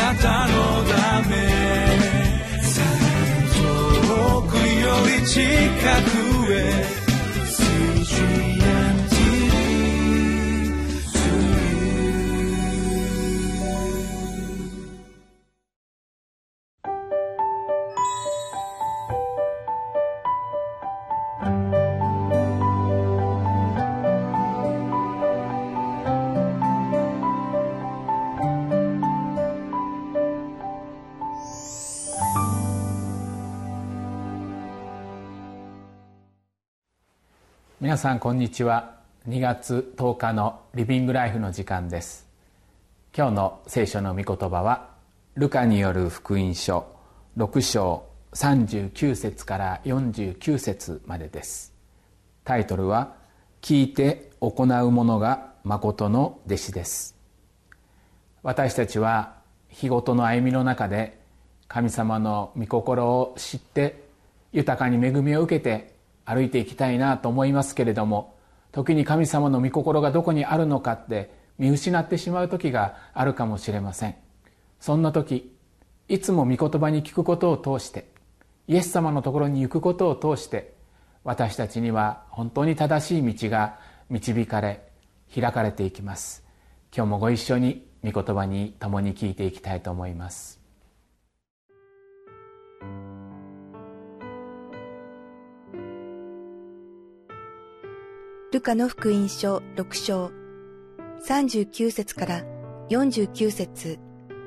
なたのため、遠くより近くへ皆さんこんにちは。2月10日のリビングライフの時間です。今日の聖書の御言葉はルカによる福音書6章39節から49節までです。タイトルは聞いて行う者が誠の弟子です。私たちは日ごとの歩みの中で神様の御心を知って豊かに恵みを受けて歩いていきたいなと思いますけれども、時に神様の御心がどこにあるのかって見失ってしまう時があるかもしれません。そんな時、いつも御言葉に聞くことを通して、イエス様のところに行くことを通して、私たちには本当に正しい道が導かれ開かれていきます。今日もご一緒に御言葉に共に聞いていきたいと思います。 ルカの福音書6章39節から49節。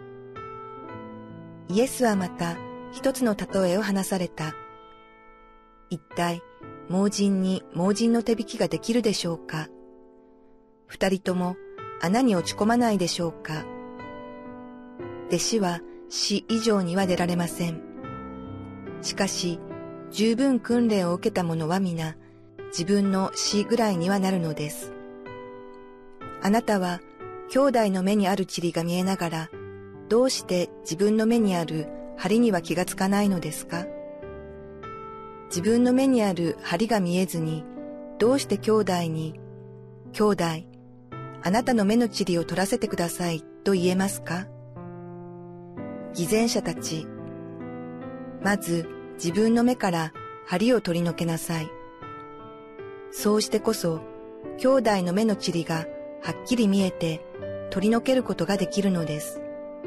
イエスはまた一つの例えを話された。一体盲人に盲人の手引きができるでしょうか。二人とも穴に落ち込まないでしょうか。弟子は死以上には出られません。しかし十分訓練を受けた者は皆自分の死ぐらいにはなるのです。あなたは兄弟の目にある塵が見えながら、どうして自分の目にある針には気がつかないのですか。自分の目にある針が見えずに、どうして兄弟に、兄弟、あなたの目の塵を取らせてくださいと言えますか。偽善者たち、まず自分の目から針を取り除けなさい。そうしてこそ、兄弟の目の塵がはっきり見えて取り除けることができるのです。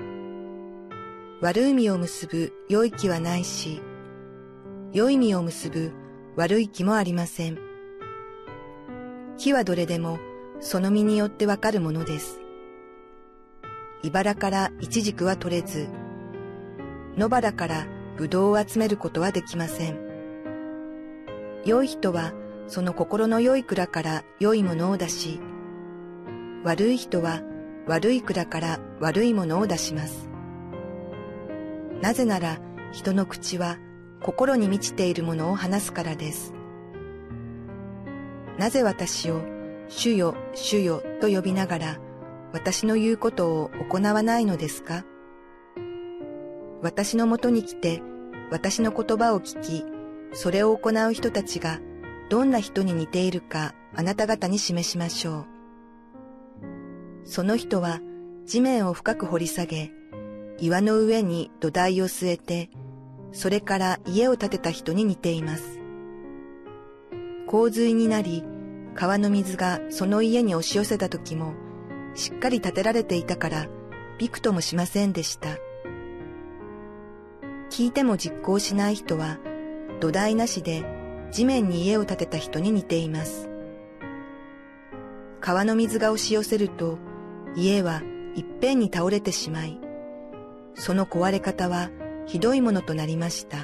悪い実を結ぶ良い木はないし、良い実を結ぶ悪い木もありません。木はどれでもその実によってわかるものです。茨からイチジクは取れず、野原からブドウを集めることはできません。良い人はその心の良い蔵から良いものを出し、悪い人は悪い蔵から悪いものを出します。なぜなら人の口は心に満ちているものを話すからです。なぜ私を主よ主よと呼びながら私の言うことを行わないのですか。私のもとに来て私の言葉を聞き、それを行う人たちがどんな人に似ているかあなた方に示しましょう。その人は地面を深く掘り下げ、岩の上に土台を据えて、それから家を建てた人に似ています。洪水になり、川の水がその家に押し寄せた時も、しっかり建てられていたから、びくともしませんでした。聞いても実行しない人は、土台なしで、地面に家を建てた人に似ています。川の水が押し寄せると、家はいっぺんに倒れてしまい、その壊れ方はひどいものとなりました。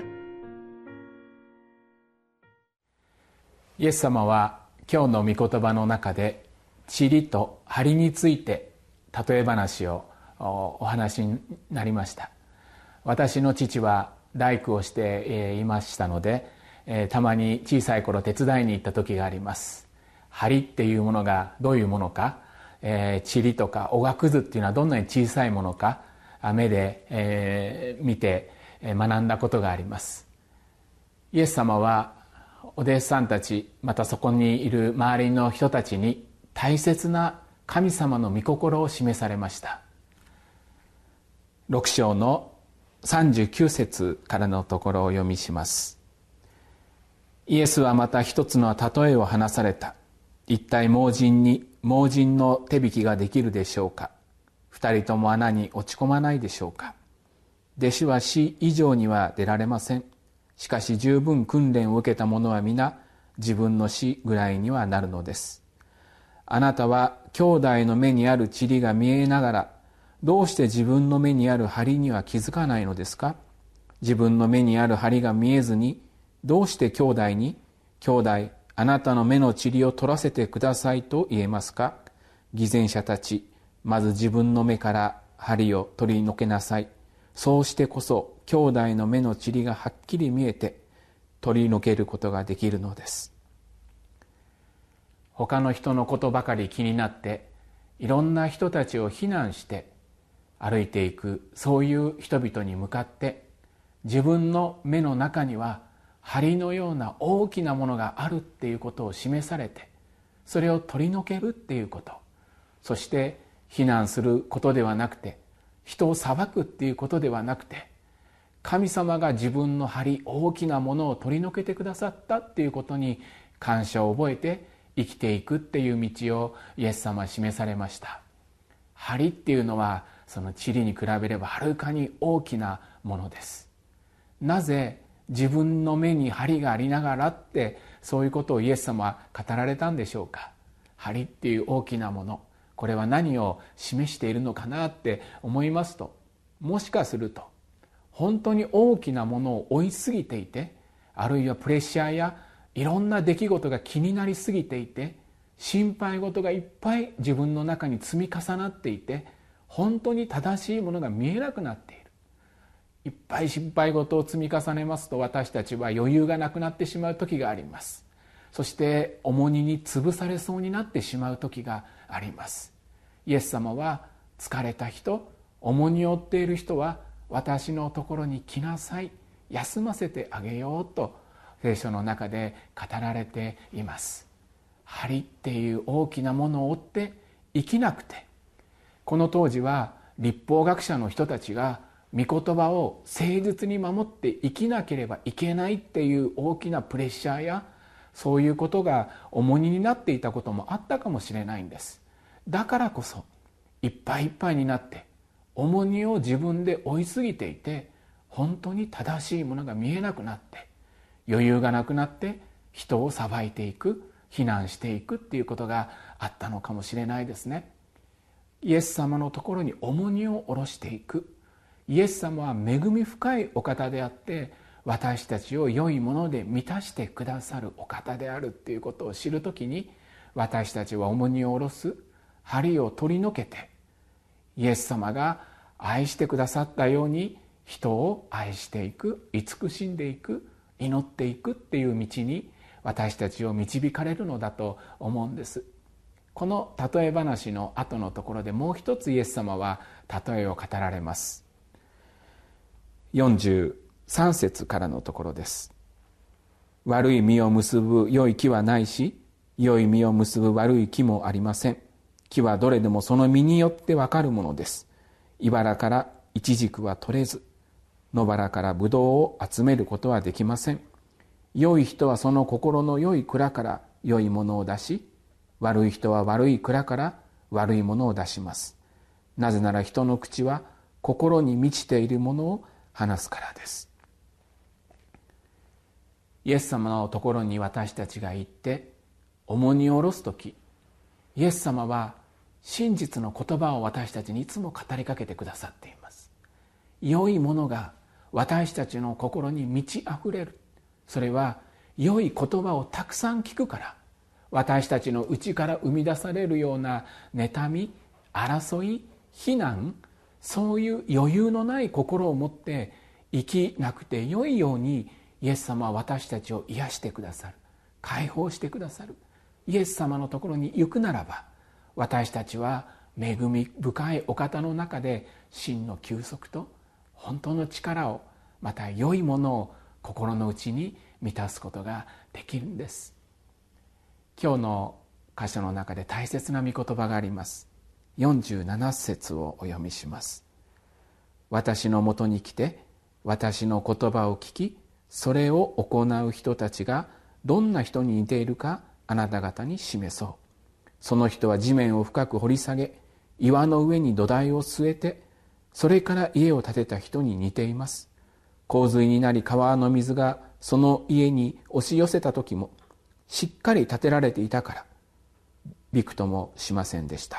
イエス様は今日の御言葉の中で、塵と針について例え話をお話になりました。私の父は大工をしていましたので、たまに小さい頃手伝いに行った時があります。針っていうものがどういうものか、塵とかおがくずっていうのはどんなに小さいものか、目で、見て学んだことがあります。イエス様はお弟子さんたち、またそこにいる周りの人たちに大切な神様の御心を示されました。 6章の39節からのところをお読みします。イエスはまた一つの例えを話された。一体盲人に盲人の手引きができるでしょうか。二人とも穴に落ち込まないでしょうか。弟子は死以上には出られません。しかし十分訓練を受けた者は皆自分の死ぐらいにはなるのです。あなたは兄弟の目にある塵が見えながら、どうして自分の目にある針には気づかないのですか。自分の目にある針が見えずに、どうして兄弟に、兄弟、あなたの目の塵を取らせてくださいと言えますか。偽善者たち、まず自分の目から針を取り除けなさい。そうしてこそ兄弟の目の塵がはっきり見えて取り除けることができるのです。他の人のことばかり気になって、いろんな人たちを非難して歩いていく、そういう人々に向かって、自分の目の中には針のような大きなものがあるっていうことを示されて、それを取り除けるっていうこと、そして非難することではなくて、人を裁くっていうことではなくて、神様が自分の針、大きなものを取り除けてくださったっていうことに感謝を覚えて生きていくっていう道をイエス様は示されました。針っていうのはその塵に比べればはるかに大きなものです。なぜ自分の目に針がありながらってそういうことをイエス様は語られたんでしょうか。針っていう大きなもの、これは何を示しているのかなって思いますと、もしかすると本当に大きなものを追いすぎていて、あるいはプレッシャーやいろんな出来事が気になりすぎていて、心配事がいっぱい自分の中に積み重なっていて、本当に正しいものが見えなくなっている。いっぱい心配事を積み重ねますと、私たちは余裕がなくなってしまう時があります。そして重荷に潰されそうになってしまう時があります。イエス様は、疲れた人、重荷を負っている人は私のところに来なさい、休ませてあげようと聖書の中で語られています。針っていう大きなものを追って生きなくて、この当時は律法学者の人たちが御言葉を誠実に守って生きなければいけないっていう大きなプレッシャーや、そういうことが重荷になっていたこともあったかもしれないんです。だからこそいっぱいいっぱいになって重荷を自分で負いすぎていて、本当に正しいものが見えなくなって余裕がなくなって人を裁いていく、非難していくっていうことがあったのかもしれないですね。イエス様のところに重荷を下ろしていく。イエス様は恵み深いお方であって、私たちを良いもので満たしてくださるお方であるっていうことを知るときに、私たちは重荷を下ろす、針を取り除けて、イエス様が愛してくださったように人を愛していく、慈しんでいく、祈っていくっていう道に私たちを導かれるのだと思うんです。この例え話の後のところでもう一つイエス様は例えを語られます。43節からのところです。悪い実を結ぶ良い木はないし、良い実を結ぶ悪い木もありません。木はどれでもその実によってわかるものです。茨からイチジクは取れず、野原からブドウを集めることはできません。良い人はその心の良い蔵から良いものを出し、悪い人は悪い蔵から悪いものを出します。なぜなら人の口は心に満ちているものを話すからです。イエス様のところに私たちが行って重荷を下ろすとき、イエス様は真実の言葉を私たちにいつも語りかけてくださっています。良いものが私たちの心に満ち溢れる。それは良い言葉をたくさん聞くから、私たちの内から生み出されるような妬み、争い、非難、そういう余裕のない心を持って生きなくて良いように、イエス様は私たちを癒してくださる、解放してくださる。イエス様のところに行くならば、私たちは恵み深いお方の中で真の休息と本当の力を、また良いものを心の内に満たすことができるんです。今日の箇所の中で大切な御言葉があります。47節をお読みします。 私のもとに来て私の言葉を聞き、それを行う人たちがどんな人に似ているかあなた方に示そう。その人は地面を深く掘り下げ、岩の上に土台を据えて、それから家を建てた人に似ています。洪水になり川の水がその家に押し寄せた時もしっかり建てられていたからびくともしませんでした。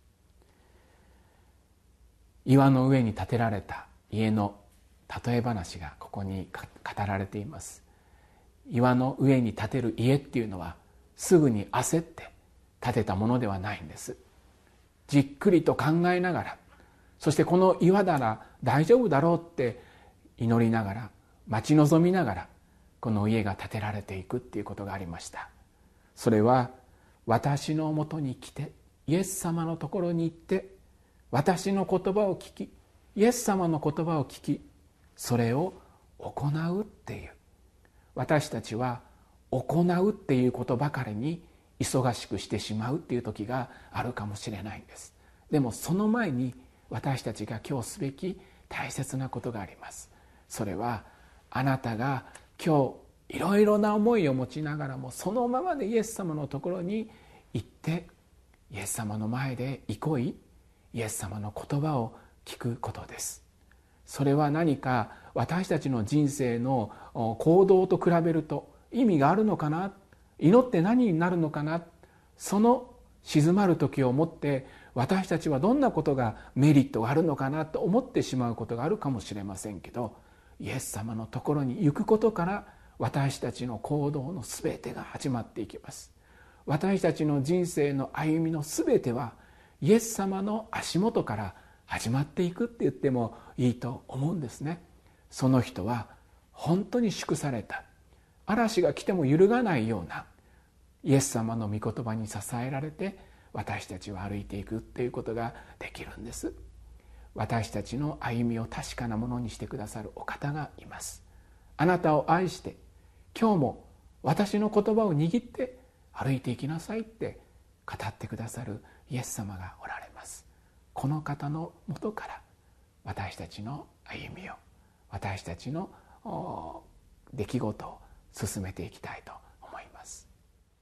岩の上に建てられた家の例え話がここに語られています。岩の上に建てる家っていうのはすぐに焦って建てたものではないんです。じっくりと考えながら、そしてこの岩なら大丈夫だろうって祈りながら、待ち望みながらこの家が建てられていくっていうことがありました。それは私のもとに来てイエス様のところに行って私の言葉を聞き、イエス様の言葉を聞き、それを行うっていう、私たちは行うっていうことばかりに忙しくしてしまうっていう時があるかもしれないんです。でもその前に私たちが今日すべき大切なことがあります。それはあなたが今日いろいろな思いを持ちながらもそのままでイエス様のところに行って、イエス様の前で憩い、イエス様の言葉を聞くことです。それは何か私たちの人生の行動と比べると意味があるのかな、祈って何になるのかな、その静まる時をもって私たちはどんなことがメリットがあるのかなと思ってしまうことがあるかもしれませんけど、イエス様のところに行くことから私たちの行動のすべてが始まっていきます。私たちの人生の歩みのすべてはイエス様の足元から始まっていくって言ってもいいと思うんですね。その人は本当に祝された、嵐が来ても揺るがないようなイエス様の御言葉に支えられて私たちは歩いていくっていうことができるんです。私たちの歩みを確かなものにしてくださるお方がいます。あなたを愛して今日も私の言葉を握って歩いていきなさいって語ってくださるイエス様がおられます。この方のもとから私たちの歩みを、私たちの出来事を進めていきたいと思います。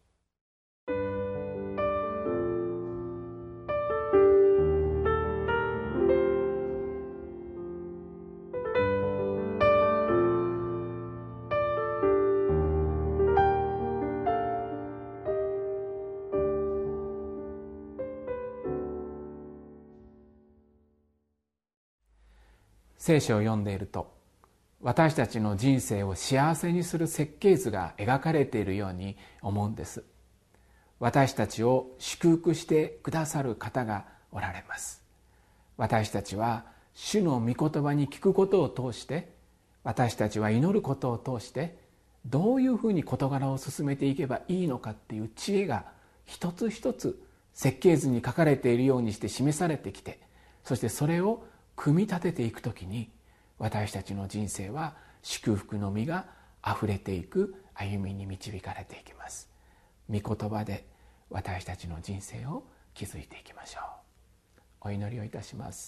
聖書を読んでいると、私たちの人生を幸せにする設計図が描かれているように思うんです。私たちを祝福してくださる方がおられます。私たちは主の御言葉に聞くことを通して、私たちは祈ることを通して、どういうふうに事柄を進めていけばいいのかっていう知恵が一つ一つ設計図に書かれているようにして示されてきて、そしてそれを組み立てていくときに、私たちの人生は祝福の実があふれていく歩みに導かれていきます。御言葉で私たちの人生を築いていきましょう。お祈りをいたします。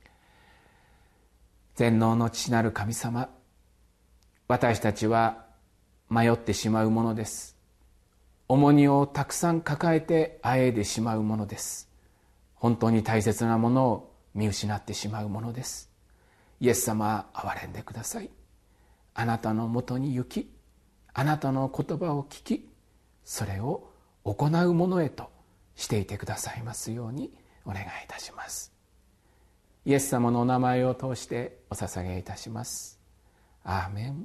全能の父なる神様、私たちは迷ってしまうものです。重荷をたくさん抱えてあえいでしまうものです。本当に大切なものを見失ってしまうものです。イエス様、憐れんでください。あなたのもとに行き、あなたの言葉を聞き、それを行うものへとしていてくださいますようにお願いいたします。イエス様のお名前を通してお捧げいたします。アーメン。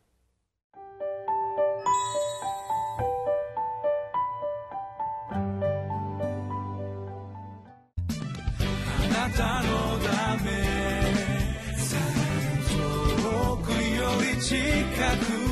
あなたのため遠くより近く